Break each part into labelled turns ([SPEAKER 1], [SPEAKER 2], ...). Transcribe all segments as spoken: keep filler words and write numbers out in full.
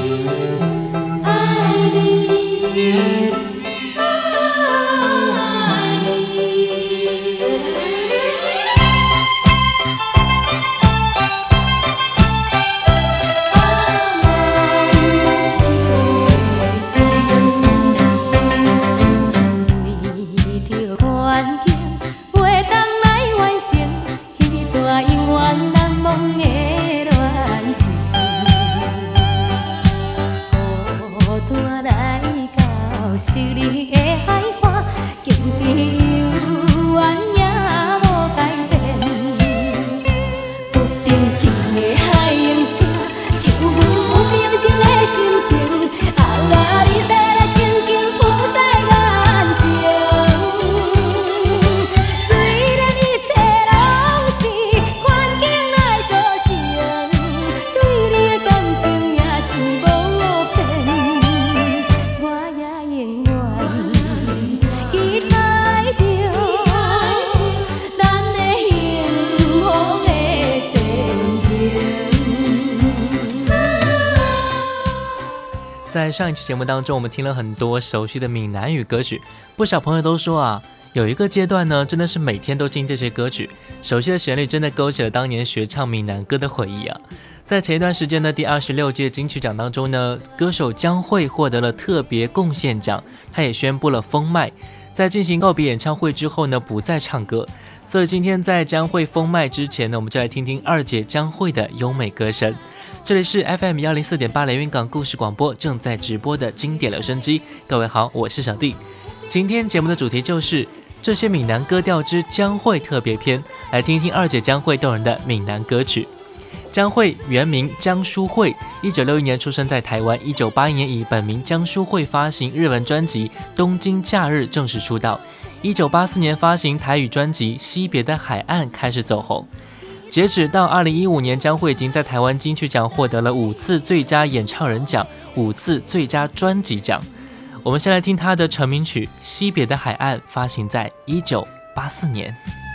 [SPEAKER 1] 在上一期节目当中，我们听了很多熟悉的闽南语歌曲，不少朋友都说啊，有一个阶段呢，真的是每天都听这些歌曲，熟悉的旋律真的勾起了当年学唱闽南歌的回忆啊。在前一段时间的第二十六届金曲奖当中呢，歌手江蕙获得了特别贡献奖，她也宣布了封麦，在进行告别演唱会之后呢，不再唱歌。所以今天在江蕙封麦之前呢，我们就来听听二姐江蕙的优美歌声。这里是 F M 一零四点八 连云港故事广播正在直播的经典留声机，各位好，我是小弟。今天节目的主题就是这些闽南歌调之江蕙特别篇，来听听二姐江蕙动人的闽南歌曲。江蕙原名江淑慧，一九六一年出生在台湾，一九八一年以本名江淑慧发行日文专辑《东京假日》正式出道，一九八四年发行台语专辑《惜别的海岸》开始走红。截止到二零一五年，江蕙已经在台湾金曲奖获得了五次最佳演唱人奖、五次最佳专辑奖。我们先来听她的成名曲《惜别的海岸》，发行在一九八四年。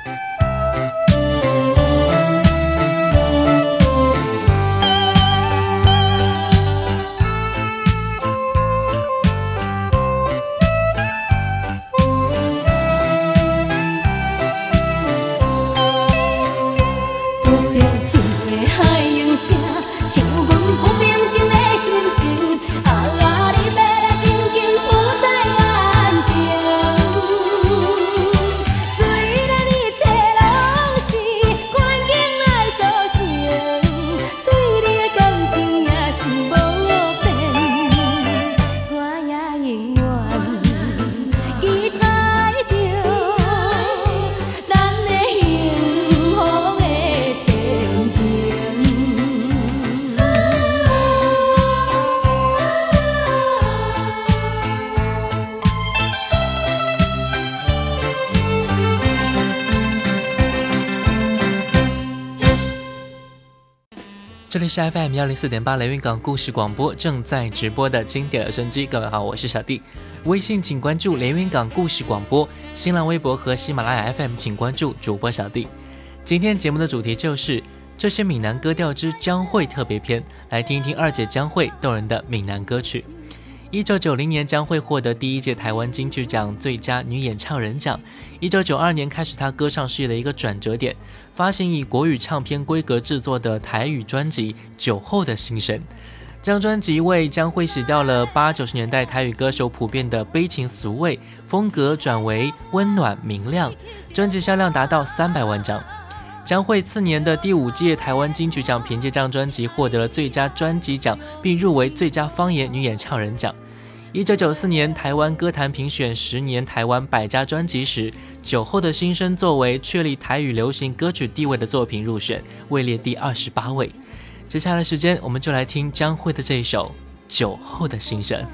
[SPEAKER 1] 这里是 F M 一零四点八 连云港故事广播正在直播的经典留声机，各位好，我是小弟。微信请关注连云港故事广播，新浪微博和喜马拉雅 F M 请关注主播小弟。今天节目的主题就是这些闽南歌调之江蕙特别篇，来听一听二姐江蕙动人的闽南歌曲。一九九零年，江蕙获得第一届台湾金曲奖最佳女演唱人奖。一九九二年开始她歌唱事业的一个转折点，发行以国语唱片规格制作的台语专辑《酒后的心声》。这张专辑为江蕙洗掉了八九十年代台语歌手普遍的悲情俗味，风格转为温暖明亮，专辑销量达到三百万张。江蕙次年的第五届台湾金曲奖凭借这张专辑获得了最佳专辑奖，并入围最佳方言女演唱人奖。一九九四年台湾歌坛评选十年台湾百佳专辑时，《酒后的心声》作为确立台语流行歌曲地位的作品入选，位列第二十八位。接下来的时间，我们就来听江蕙的这一首《酒后的心声》。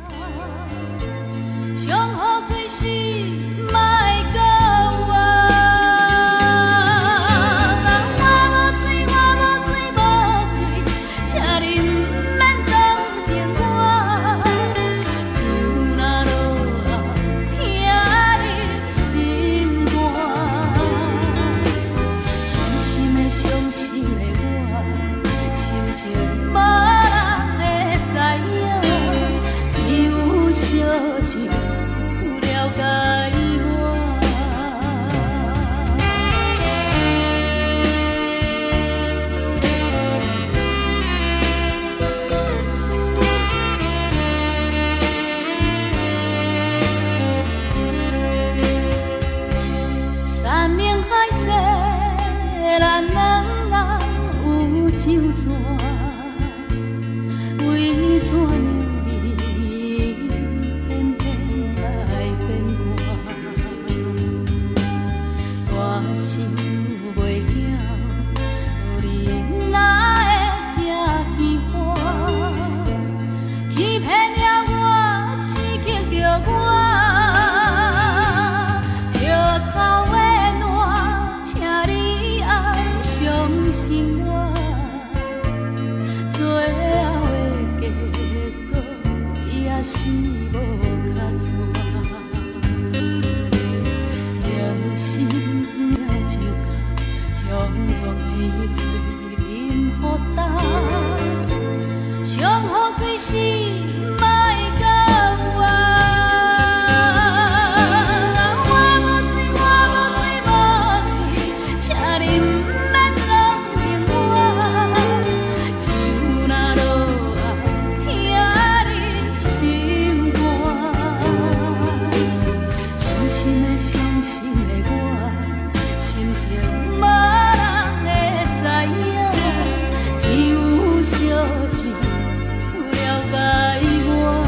[SPEAKER 2] 无人会知影。 伤心的我，心情无人会知影，只有小情有了解我。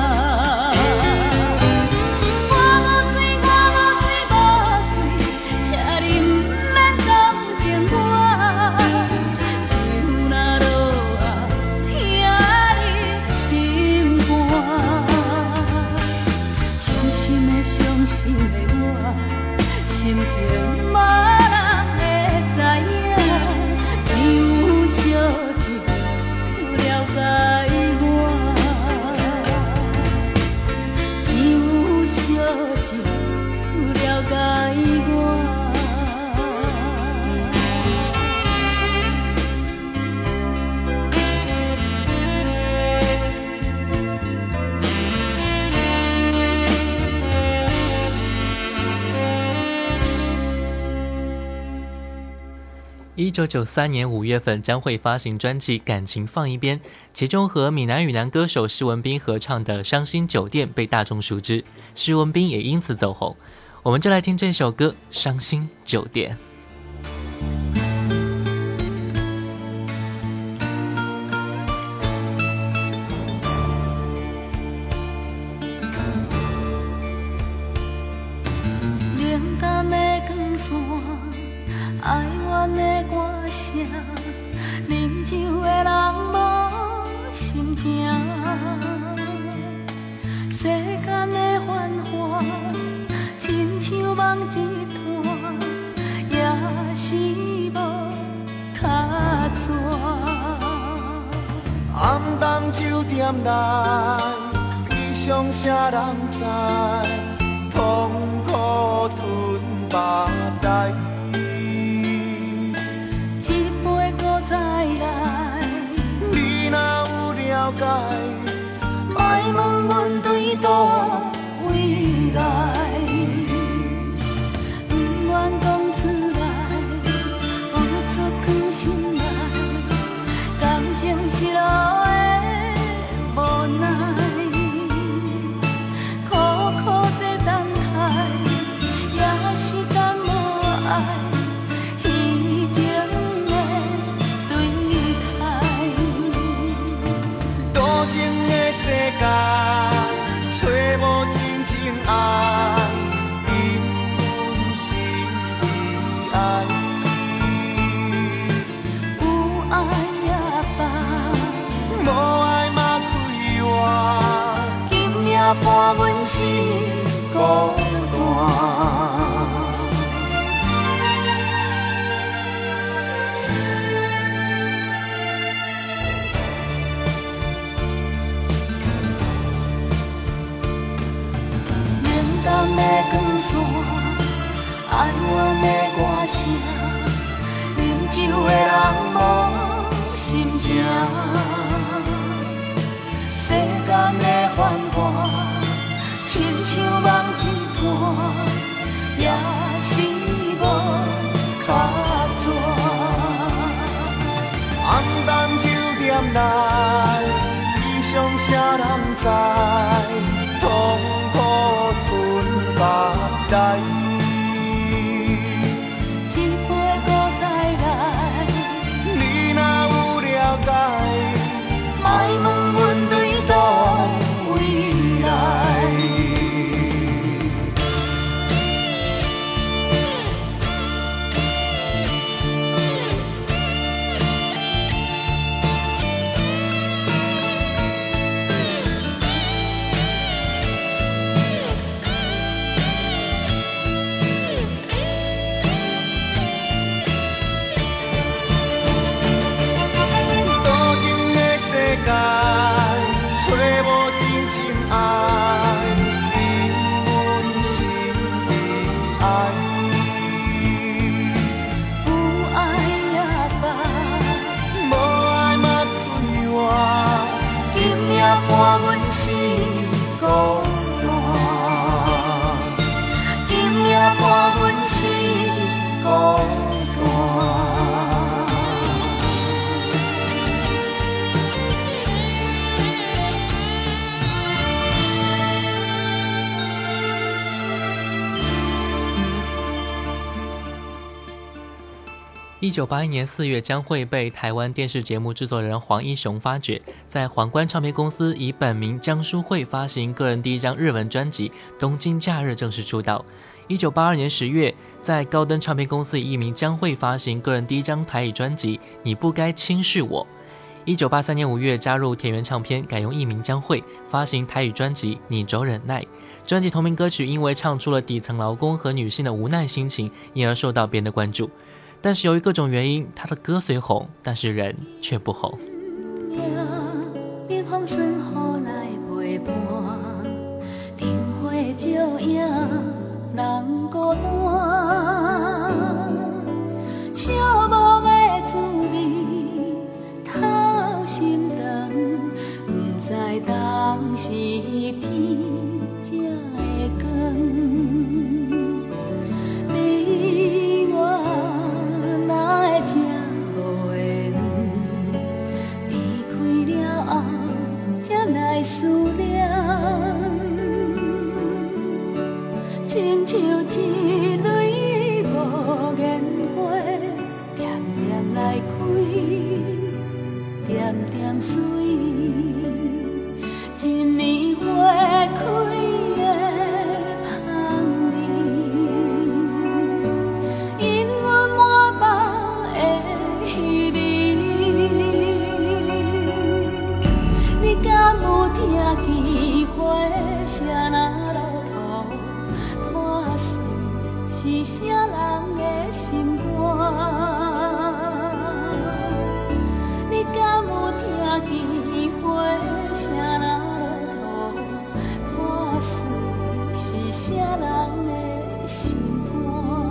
[SPEAKER 2] 心情无人会知影，只有小情有了解我，只有小情有了解我。
[SPEAKER 1] 一九九三年五月份将会发行专辑《感情放一边》，其中和闽南语男歌手施文彬合唱的《伤心酒店》被大众熟知，施文彬也因此走红。我们就来听这首歌《伤心酒店》。
[SPEAKER 2] 冷淡的光线，哀怨的歌声，啉酒的人无心情，世间的繁华，亲像梦一团，也是无卡纸。
[SPEAKER 3] 暗淡酒店内，悲伤啥人知？痛苦吞腹带。了解，莫问阮对倒位来，不愿讲出来，有作藏心内，感情是路的无奈，苦苦在等待，也是等无爱。世界找无真正爱，因阮心里爱。有爱也罢，无爱嘛开活，今夜伴阮心孤单。的光线，哀怨的歌声，啉酒的人无心情，世间的繁华，亲像梦一团，也是无卡纸。暗淡酒店内，悲伤啥人知？痛苦吞腹带，一杯搁再来。你若有了解，莫问阮对倒位来。找无真正爱，因阮心里爱。有爱也罢，无爱嘛开活，今夜伴阮心孤单，今夜伴阮心孤单。
[SPEAKER 1] 一九八一年四月，江蕙被台湾电视节目制作人黄一雄发掘，在皇冠唱片公司以本名江淑慧发行个人第一张日文专辑《东京假日》，正式出道。一九八二年十月，在高登唱片公司以艺名江蕙发行个人第一张台语专辑《你不该轻视我》。一九八三年五月，加入田园唱片，改用艺名江蕙发行台语专辑《你走忍耐》。专辑同名歌曲因为唱出了底层劳工和女性的无奈心情，因而受到别人的关注。但是由于各种原因，他的歌虽红，但是人却不红。
[SPEAKER 2] 迎风顺雨来陪伴，灯火照影人孤单，寂寞的滋味透心肠，不知当时天才会光。亲像一蕊无言花，点点来开，点点碎，一暝花开的香味，因阮满腹的虚伪。你敢有听见花声呐？是啥人的心肝？你敢有听见花声呐落土破碎？是啥人的心肝？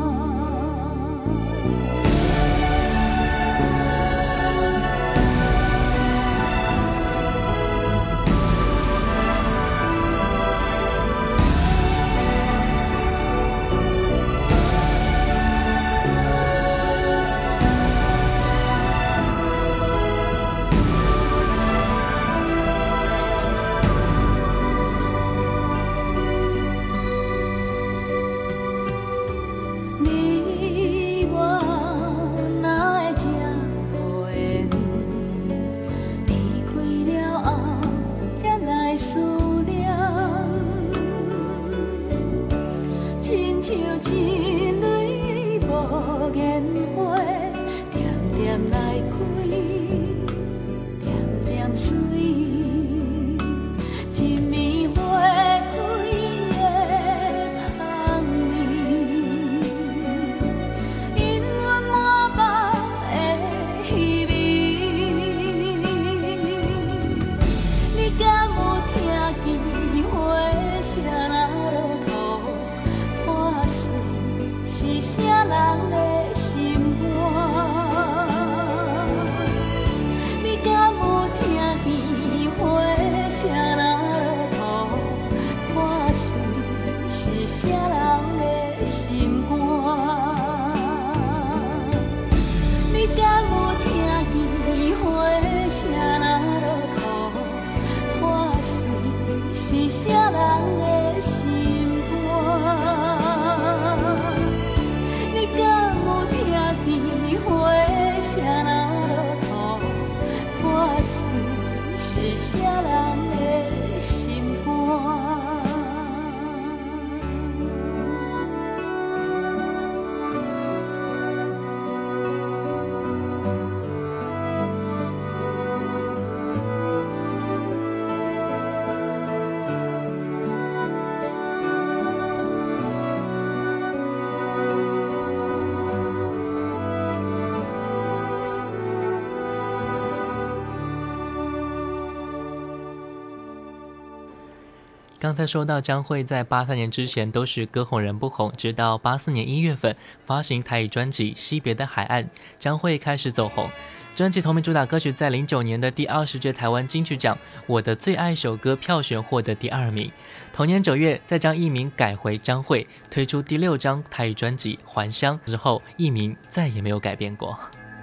[SPEAKER 1] 刚才说到江蕙在八三年之前都是歌红人不红，直到八四年一月份发行台语专辑《西别的海岸》，江蕙开始走红。专辑同名主打歌曲在零九年的第二十届台湾金曲奖《我的最爱首歌》票选获得第二名。同年九月，再将艺名改回江蕙，推出第六张台语专辑《还乡》之后，艺名再也没有改变过。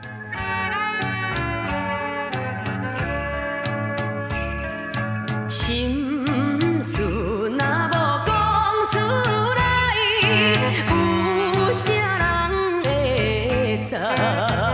[SPEAKER 2] 心事若无讲出来，有啥人会知？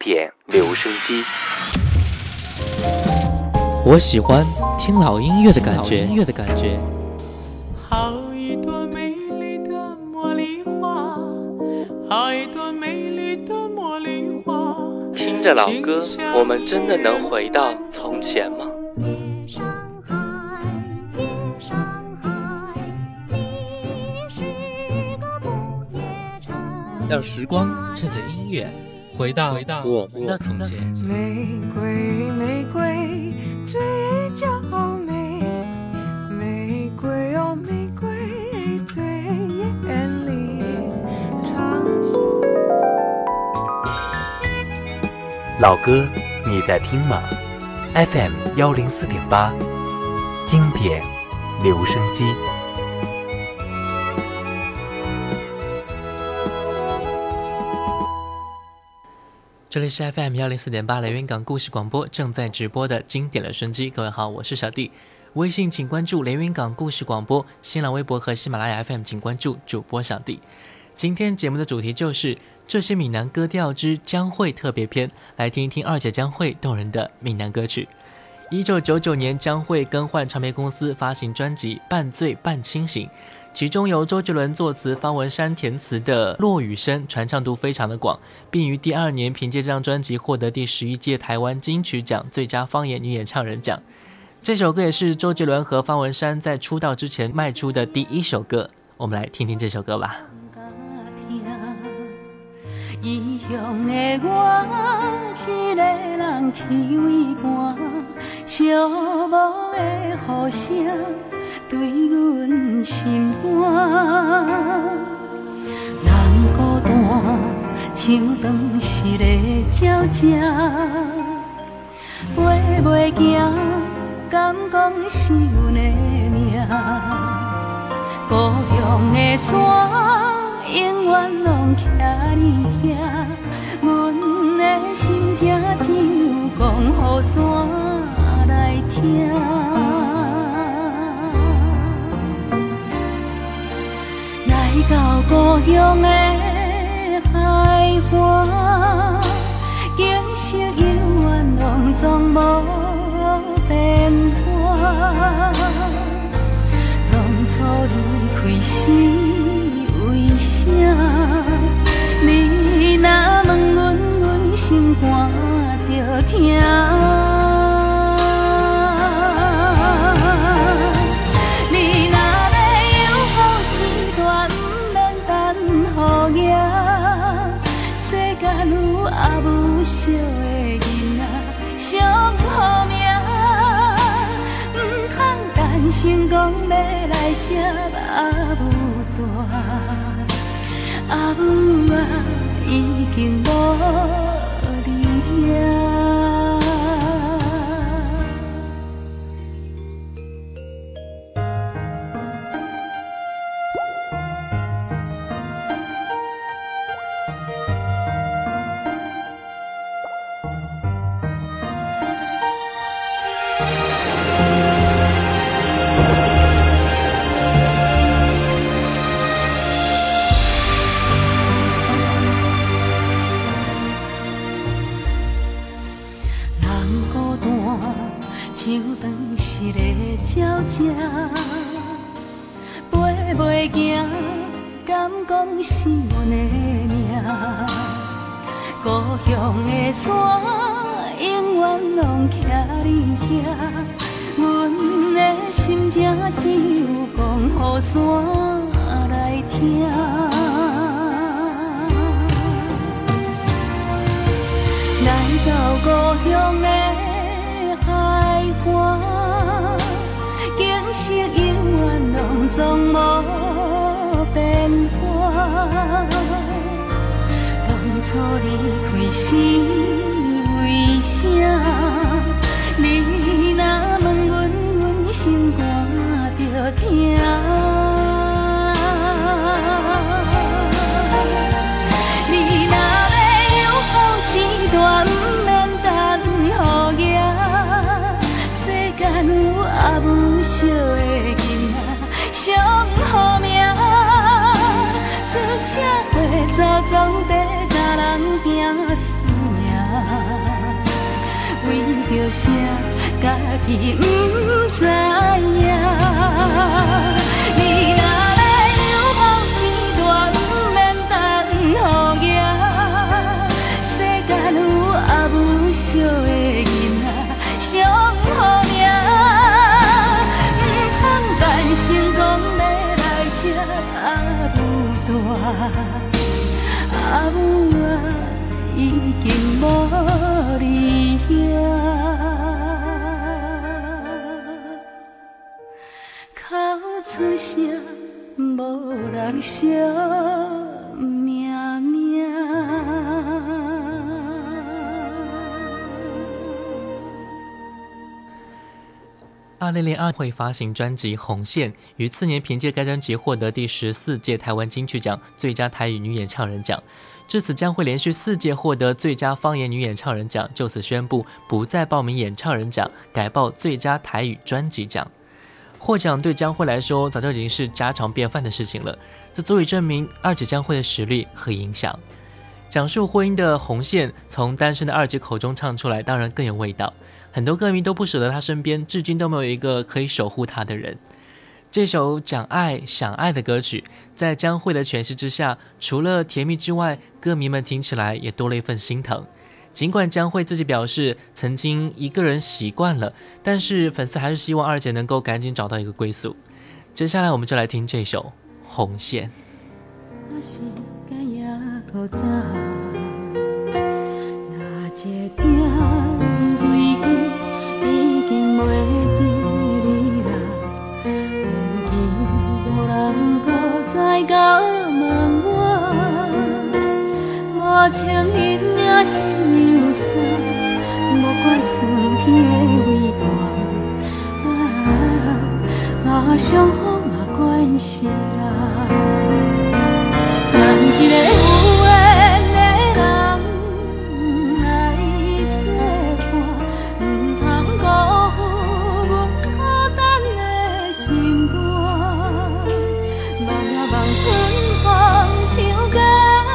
[SPEAKER 4] 典留声机。
[SPEAKER 1] 我喜欢听老音乐的感觉。音乐的感觉。
[SPEAKER 5] 好一朵美丽的茉莉花，好一朵美丽的茉莉花。
[SPEAKER 1] 听着老歌，我们真的能回到从前吗？让时光趁着音乐回到我们的从前。
[SPEAKER 3] 玫瑰，玫瑰，最娇美，玫瑰哦，玫瑰最艳丽。
[SPEAKER 4] 老歌，你在听吗 ？F M 幺零四点八，经典留声机。
[SPEAKER 1] 这里是 F M 幺零四点八连云港故事广播正在直播的经典留声机。各位好，我是小弟。微信请关注连云港故事广播，新浪微博和喜马拉雅 F M 请关注主播小弟。今天节目的主题就是这些闽南歌调之江蕙特别篇，来听一听二姐江蕙动人的闽南歌曲。一九九九年，江蕙更换唱片公司发行专辑《半醉半清醒》，其中由周杰伦作词、方文山填词的《落雨声》传唱度非常的广，并于第二年凭借这张专辑获得第十一届台湾金曲奖最佳方言女演唱人奖。这首歌也是周杰伦和方文山在出道之前迈出的第一首歌，我们来听听这首歌吧。
[SPEAKER 2] 异乡的我，一个人去畏寒，寂寞的雨声对阮心肝。人孤单，像长逝的鸟只，飞袂行，敢讲是阮的命。故乡的山。永远拢徛你遐，阮的心情只有讲予山来听。来到故乡的海岸，景色永远拢总无变化，当初离开时。为啥你若问阮，阮心肝着疼？你若要有好时段，不免等雨夜。世间有阿母惜的囡仔，上好命，唔通单身讲要来接阿母。阿母啊，已经无你遐。像长逝的鸟只，飞袂行，敢讲是阮的命。故乡的山，永远拢徛你遐，阮的心情只有讲予山来听。来到故乡的海岸，景色永远拢总无变化。当初离开时，为啥你若问阮，阮心肝着疼？你若要有好时段，不免等雨夜。有阿母惜的囡仔，上好命。出社会早总得甲人拼输赢， 着啥，家己不知影。你若要有梦时大，不免等雨夜。世间有阿母惜的囡仔，上好命。不通等成功要来这阿母大，阿母啊，已经无你遐。出声无人惜命命。
[SPEAKER 1] 二零零二会发行专辑《红线》，于次年凭借该专辑获得第十四届台湾金曲奖最佳台语女演唱人奖。至此将会连续四届获得最佳方言女演唱人奖，就此宣布不再报名演唱人奖，改报最佳台语专辑奖。获奖对江蕙来说早就已经是家常便饭的事情了，这足以证明二姐江蕙的实力和影响。讲述婚姻的红线从单身的二姐口中唱出来，当然更有味道。很多歌迷都不舍得她身边至今都没有一个可以守护她的人。这首讲爱想爱的歌曲，在江蕙的诠释之下，除了甜蜜之外，歌迷们听起来也多了一份心疼。尽管江蕙自己表示曾经一个人习惯了，但是粉丝还是希望二姐能够赶紧找到一个归宿。接下来我们就来听这首《红线》。
[SPEAKER 2] 若是敢也搁早，那一点飞机已经袂记你啦，阮记无人搁再甲问我，我情伊领心。无怪春天的微寒，啊，伤风嘛关系啦。咱一个有缘的人来作伴，唔通辜负阮孤单的心肝。望呀望春风唱歌。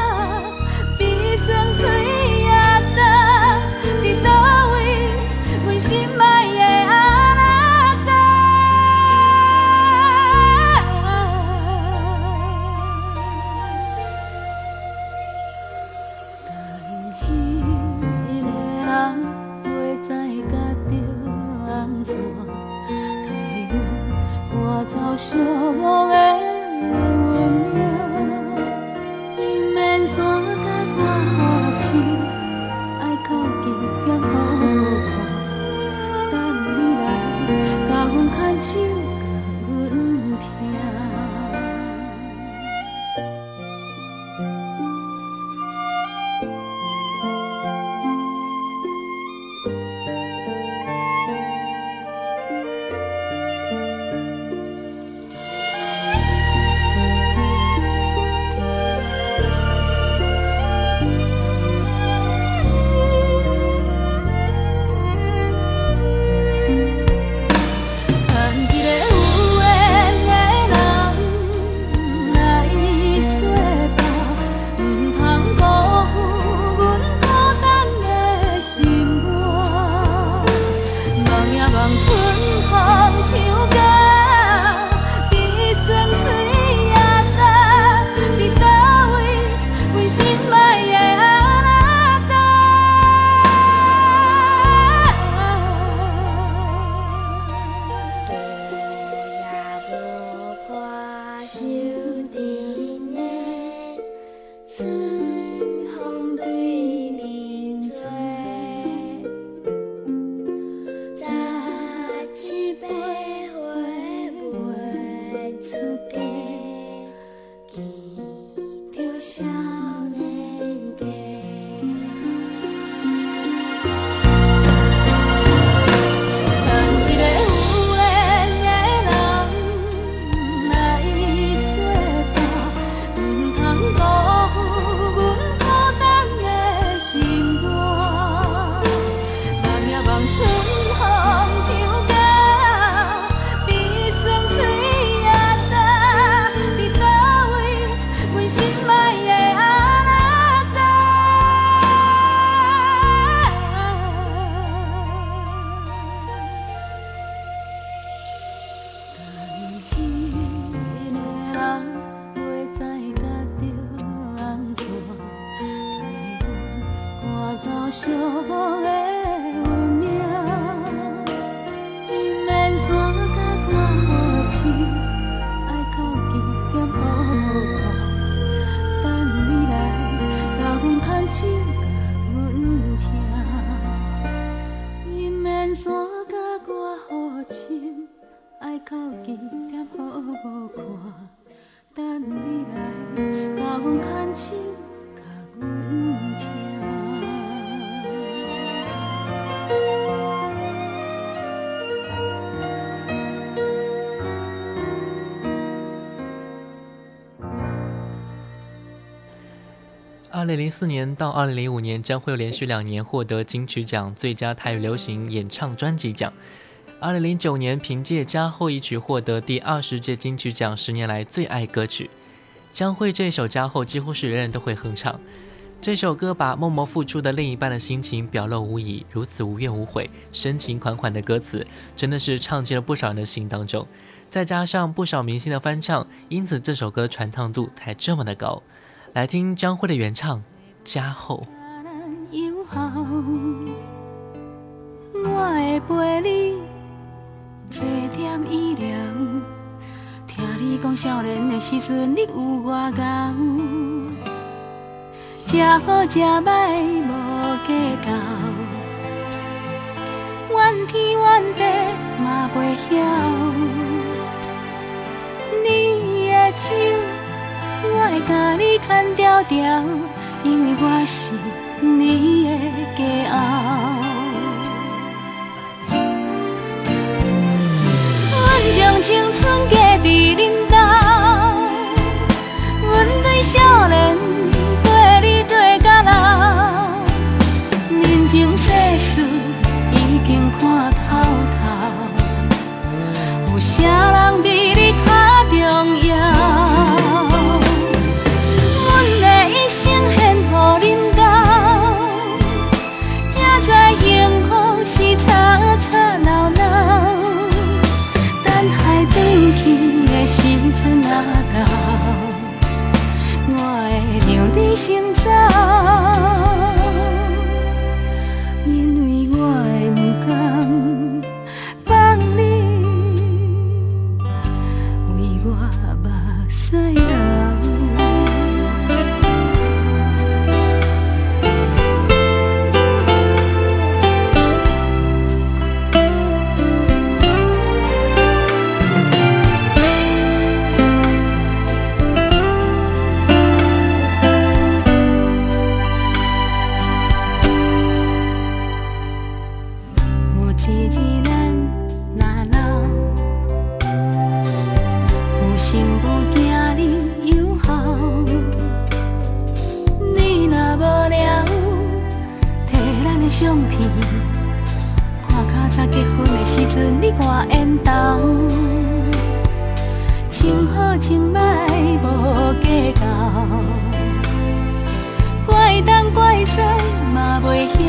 [SPEAKER 2] 寂寞的运命，伊免山甲看雨星，爱靠近险好看，等你来甲阮牵手，甲阮听。 风牵手，甲阮听。
[SPEAKER 1] 二零零四年到二零零五年将会连续两年获得金曲奖最佳台语流行演唱专辑奖。二零零九年凭借《家后》一曲获得第二十届金曲奖十年来最爱歌曲。江蕙这首《家后》几乎是人人都会哼唱。这首歌把默默付出的另一半的心情表露无遗，如此无怨无悔、深情款款的歌词，真的是唱进了不少人的心当中。再加上不少明星的翻唱，因此这首歌传唱度才这么的高。来听江蕙的原唱《家后》。
[SPEAKER 2] 我会陪你坐点医疗，听你讲少年的时阵你有偌敖，食好食歹无计较，怨天怨地嘛袂晓，你的手我会甲你牵条条，因为我是你的骄傲。阮将青春加伫恁兜，阮对少年对你对到老，人情世事已经看透透，有啥人比你较重要？时阵若到，我会让你先走，因为我会不甘放你为我目屎流。相片，看较早结婚的时阵，你挂烟头，穿好穿歹无计较，怪东怪西嘛袂晓。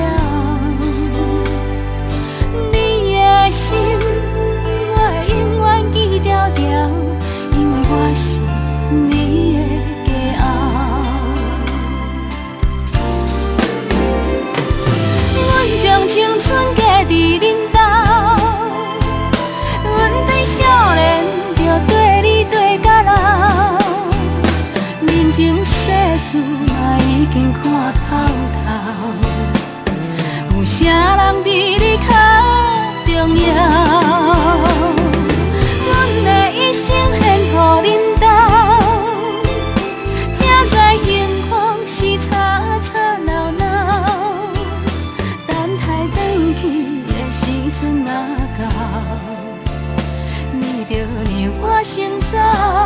[SPEAKER 2] 你的心，我会永远记条条，因为我是你的。将青春加伫恁兜，阮对少年就对你对到老，人情世事嘛已经看透透，有啥人比你较重要？阮的一生献予恁兜，才知幸福是吵吵闹闹。时阵若到，你着让我先走，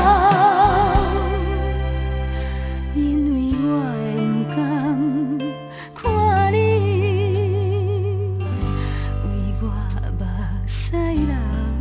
[SPEAKER 2] 因为我会不甘看你为我目屎流。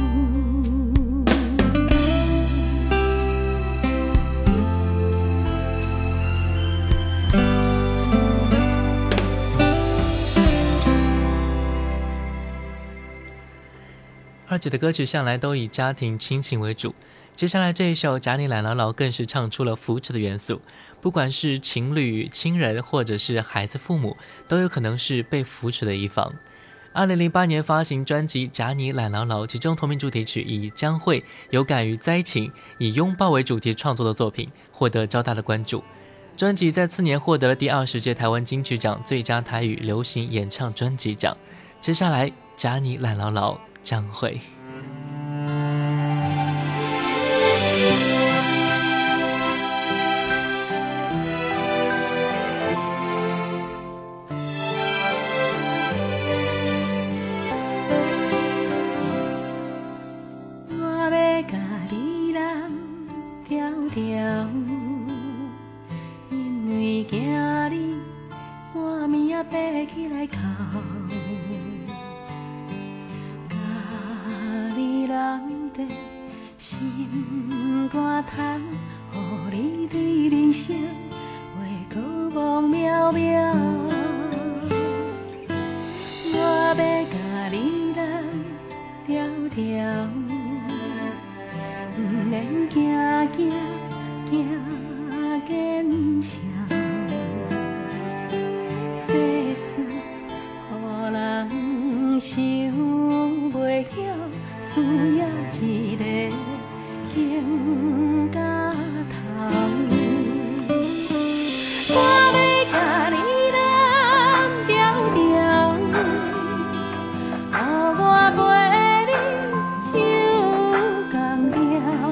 [SPEAKER 1] 二姐的歌曲向来都以家庭亲情为主，接下来这一首《假你懒姥姥》更是唱出了扶持的元素，不管是情侣、亲人或者是孩子父母，都有可能是被扶持的一方。二零零八年发行专辑《假你懒姥姥》，其中同名主题曲以江蕙有感于灾情，以拥抱为主题创作的作品，获得较大的关注。专辑在次年获得了第二十届台湾金曲奖最佳台语流行演唱专辑奖。接下来《假你懒姥姥》江蕙。
[SPEAKER 2] 条条，因为惊你半暝啊爬起来哭，甲你人地心肝头，予你对人生话过梦渺渺。我要甲你揽条条，不免惊惊惊见笑。世事予人想袂晓，需要一个经甲头。我要甲你揽条条，予我陪你手共调，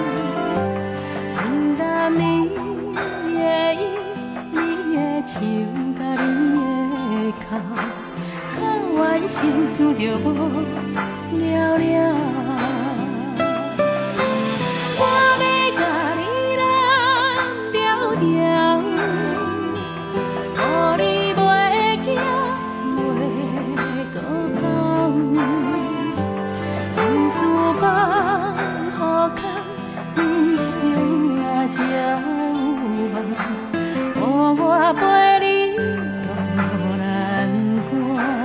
[SPEAKER 2] 平淡你的意，你的笑甲你的哭，靠阮心思就无了了。我要甲你揽条条，予你袂惊袂孤风，往事放予空，人生啊才有梦，予我陪你渡难关。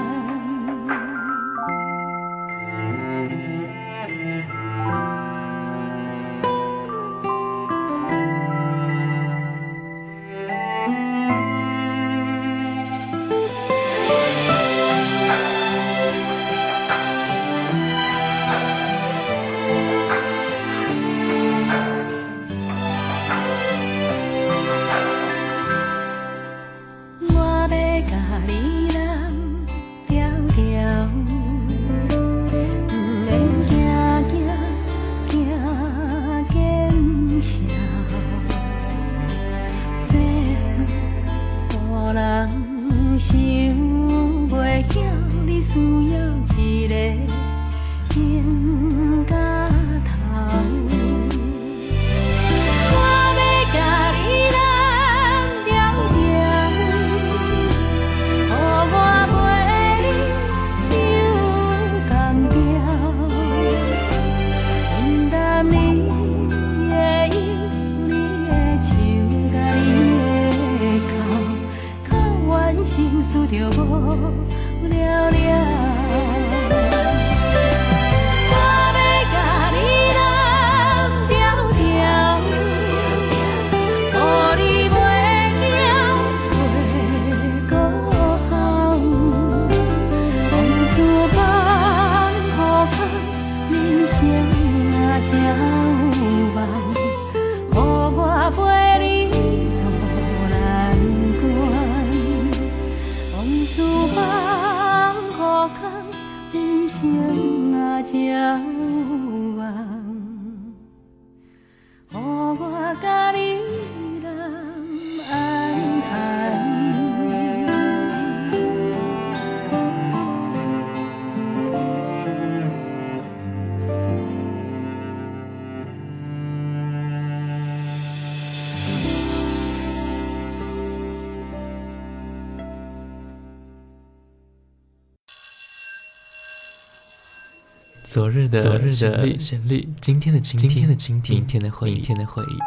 [SPEAKER 1] 昨日的昨日的旋律，旋律今天的今天，今天的今天，明天的回忆，明天的回忆。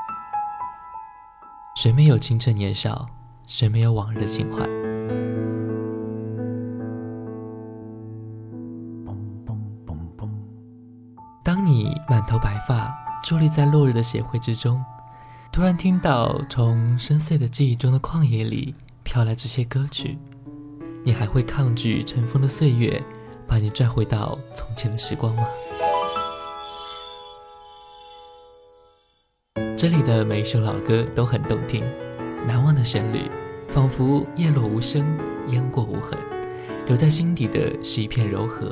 [SPEAKER 1] 谁没有青春年少？谁没有往日的情怀？当你满头白发，伫立在落日的血灰之中，突然听到从深邃的记忆中的旷野里飘来这些歌曲，你还会抗拒尘封的岁月把你拽回到从前的时光吗？这里的每一首老歌都很动听，难忘的旋律，仿佛叶落无声，烟过无痕，留在心底的是一片柔和。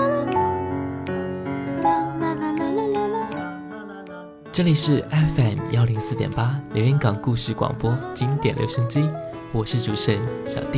[SPEAKER 1] 这里是 F M 幺零四点八连云港故事广播经典留声机，我是主持人小弟。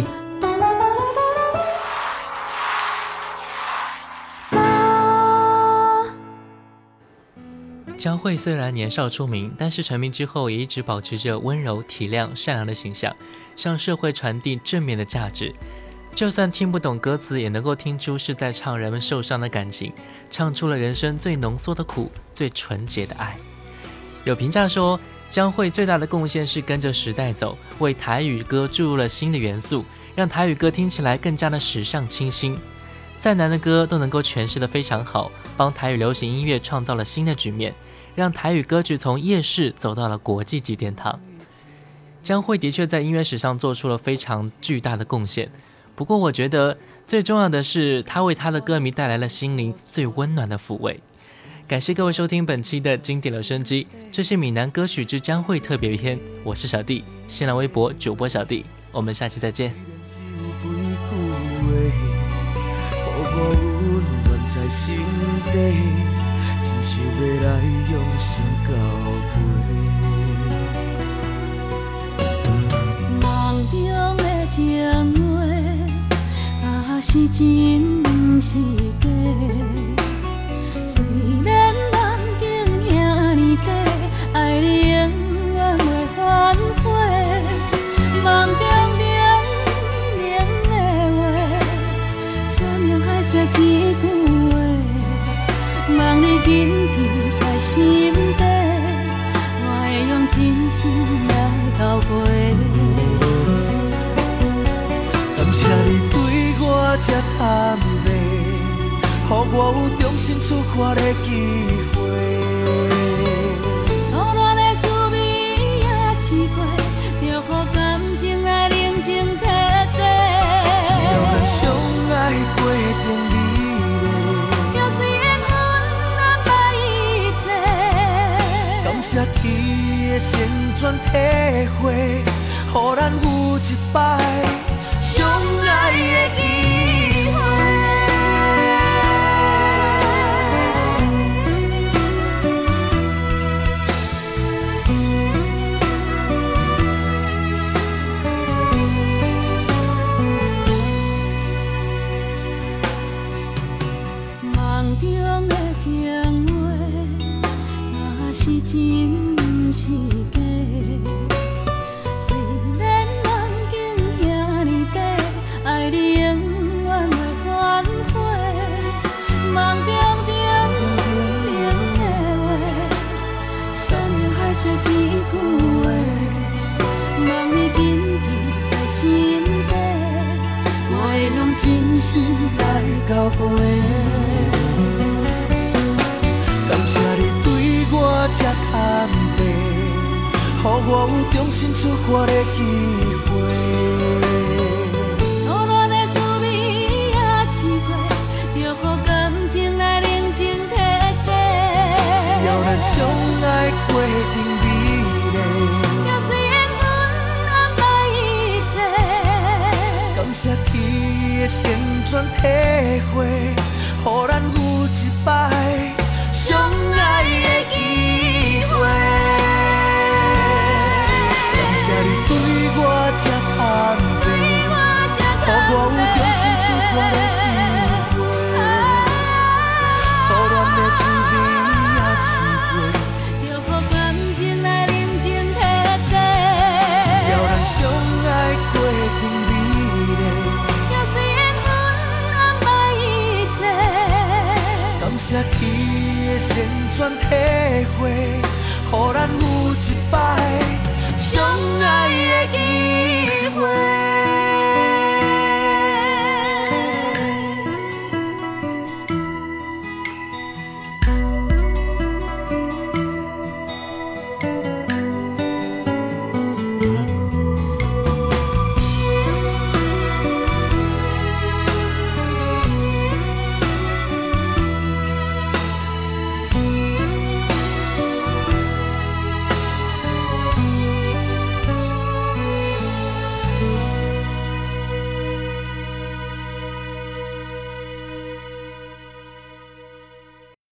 [SPEAKER 1] 江蕙虽然年少出名，但是成名之后也一直保持着温柔、体谅、善良的形象，向社会传递正面的价值。就算听不懂歌词，也能够听出是在唱人们受伤的感情，唱出了人生最浓缩的苦，最纯洁的爱。有评价说，江蕙最大的贡献是跟着时代走，为台语歌注入了新的元素，让台语歌听起来更加的时尚清新。再难的歌都能够诠释得非常好，帮台语流行音乐创造了新的局面，让台语歌曲从夜市走到了国际级殿堂。江蕙的确在音乐史上做出了非常巨大的贡献，不过我觉得最重要的是，她为她的歌迷带来了心灵最温暖的抚慰。感谢各位收听本期的经典留声机，这是闽南歌曲之江蕙特别篇，我是小弟，新浪微博主播小弟，我们下期再见。
[SPEAKER 3] 我温暖在心底，真想要来用心交
[SPEAKER 2] 陪。梦中的情话，啊是真不是假。虽然梦境遐尼短，爱你永远袂反悔。梦中一句话，望你紧记在心底，我会用真心来交陪。
[SPEAKER 3] 感谢你对我这坦白，予我有重新出发的机会。
[SPEAKER 2] 初恋的滋味也试过，就予感情来冷静体体。
[SPEAKER 3] 只要咱相爱过程。这天的旋转体会，予咱有一摆相爱的机会。
[SPEAKER 2] 梦中的情话，啊是真。是假，虽然梦境遐尼短，爱你永远袂反悔。梦中点点的话，山盟海誓一句话，望你紧记在心底，我会用真心来交陪。
[SPEAKER 3] 感谢你对我这坦白，予我有重新出发的机会。
[SPEAKER 2] 初恋的滋味也试过，就予感情来冷静体体。
[SPEAKER 3] 只要咱相爱过程美丽，
[SPEAKER 2] 就算缘分安排一切。
[SPEAKER 3] 感谢天的旋转体会，予咱有一摆相爱的机会。这坦白，予我有重新出发的机会。初恋的滋味也试过，
[SPEAKER 2] 就予感情来冷静体体。
[SPEAKER 3] 只要咱相爱过程美丽，
[SPEAKER 2] 就算缘分安排一切。
[SPEAKER 3] 感谢天的旋转体会，予咱有一摆相